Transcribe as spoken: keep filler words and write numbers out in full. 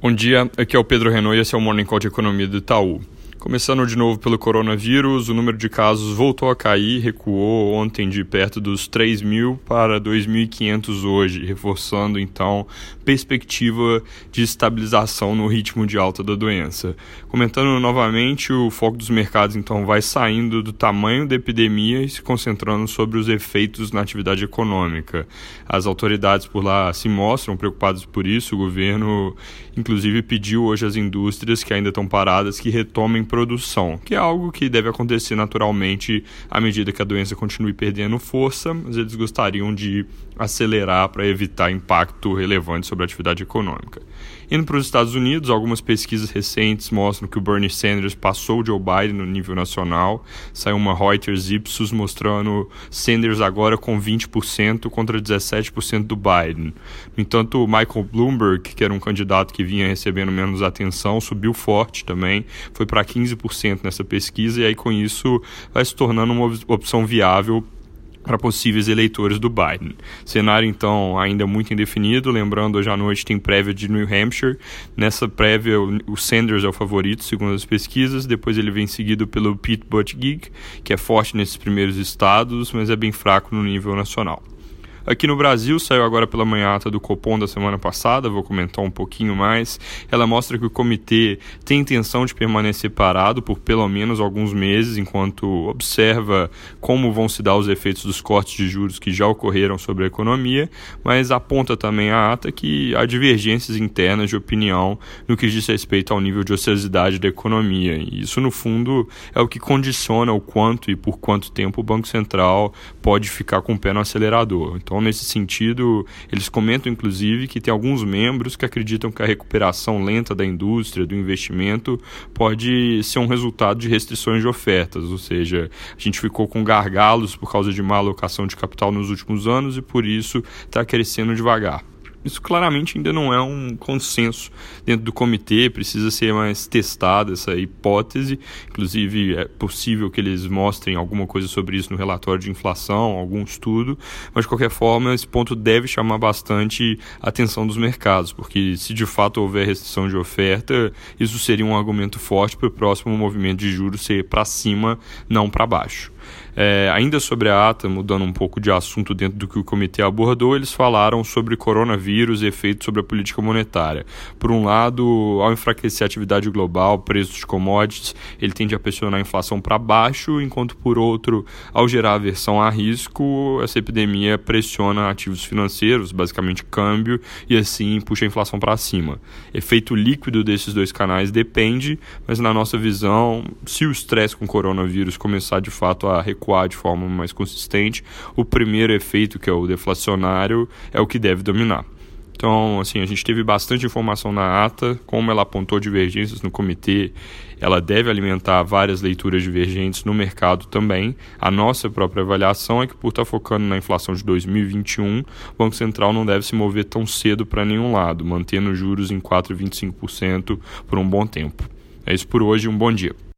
Bom dia, aqui é o Pedro Renault e esse é o Morning Call de Economia do Itaú. Começando de novo pelo coronavírus, o número de casos voltou a cair, recuou ontem de perto dos três mil para dois mil e quinhentos hoje, reforçando então perspectiva de estabilização no ritmo de alta da doença. Comentando novamente, o foco dos mercados então vai saindo do tamanho da epidemia e se concentrando sobre os efeitos na atividade econômica. As autoridades por lá se mostram preocupadas por isso, o governo inclusive pediu hoje às indústrias que ainda estão paradas que retomem produção, que é algo que deve acontecer naturalmente à medida que a doença continue perdendo força, mas eles gostariam de acelerar para evitar impacto relevante sobre a atividade econômica. Indo para os Estados Unidos, algumas pesquisas recentes mostram que o Bernie Sanders passou o Joe Biden no nível nacional. Saiu uma Reuters Ipsos mostrando Sanders agora com vinte por cento contra dezessete por cento do Biden. No entanto, o Michael Bloomberg, que era um candidato que vinha recebendo menos atenção, subiu forte também, foi para quinze por cento nessa pesquisa, e aí com isso vai se tornando uma opção viável para possíveis eleitores do Biden. Cenário, então, ainda muito indefinido. Lembrando, hoje à noite tem prévia de New Hampshire. Nessa prévia, o Sanders é o favorito, segundo as pesquisas. Depois ele vem seguido pelo Pete Buttigieg, que é forte nesses primeiros estados, mas é bem fraco no nível nacional. Aqui no Brasil, saiu agora pela manhã a ata do Copom da semana passada, vou comentar um pouquinho mais. Ela mostra que o comitê tem intenção de permanecer parado por pelo menos alguns meses, enquanto observa como vão se dar os efeitos dos cortes de juros que já ocorreram sobre a economia, mas aponta também a ata que há divergências internas de opinião no que diz respeito ao nível de ociosidade da economia. E isso, no fundo, é o que condiciona o quanto e por quanto tempo o Banco Central pode ficar com o pé no acelerador. Então, Então, nesse sentido, eles comentam, inclusive, que tem alguns membros que acreditam que a recuperação lenta da indústria, do investimento, pode ser um resultado de restrições de ofertas, ou seja, a gente ficou com gargalos por causa de má alocação de capital nos últimos anos e, por isso, está crescendo devagar. Isso claramente ainda não é um consenso dentro do comitê, precisa ser mais testada essa hipótese. Inclusive, é possível que eles mostrem alguma coisa sobre isso no relatório de inflação, algum estudo, mas de qualquer forma, esse ponto deve chamar bastante a atenção dos mercados, porque se de fato houver restrição de oferta, isso seria um argumento forte para o próximo movimento de juros ser para cima, não para baixo. É, ainda sobre a ata, mudando um pouco de assunto dentro do que o comitê abordou, eles falaram sobre coronavírus e efeitos sobre a política monetária. Por um lado, ao enfraquecer a atividade global, preços de commodities, ele tende a pressionar a inflação para baixo, enquanto por outro, ao gerar aversão a risco, essa epidemia pressiona ativos financeiros, basicamente câmbio, e assim puxa a inflação para cima. Efeito líquido desses dois canais depende, mas na nossa visão, se o estresse com o coronavírus começar de fato a recuar de forma mais consistente, o primeiro efeito, que é o deflacionário, é o que deve dominar. Então, assim, a gente teve bastante informação na ata, como ela apontou divergências no comitê, ela deve alimentar várias leituras divergentes no mercado também. A nossa própria avaliação é que, por estar focando na inflação de dois mil e vinte e um, o Banco Central não deve se mover tão cedo para nenhum lado, mantendo os juros em quatro vírgula vinte e cinco por cento por um bom tempo. É isso por hoje, um bom dia.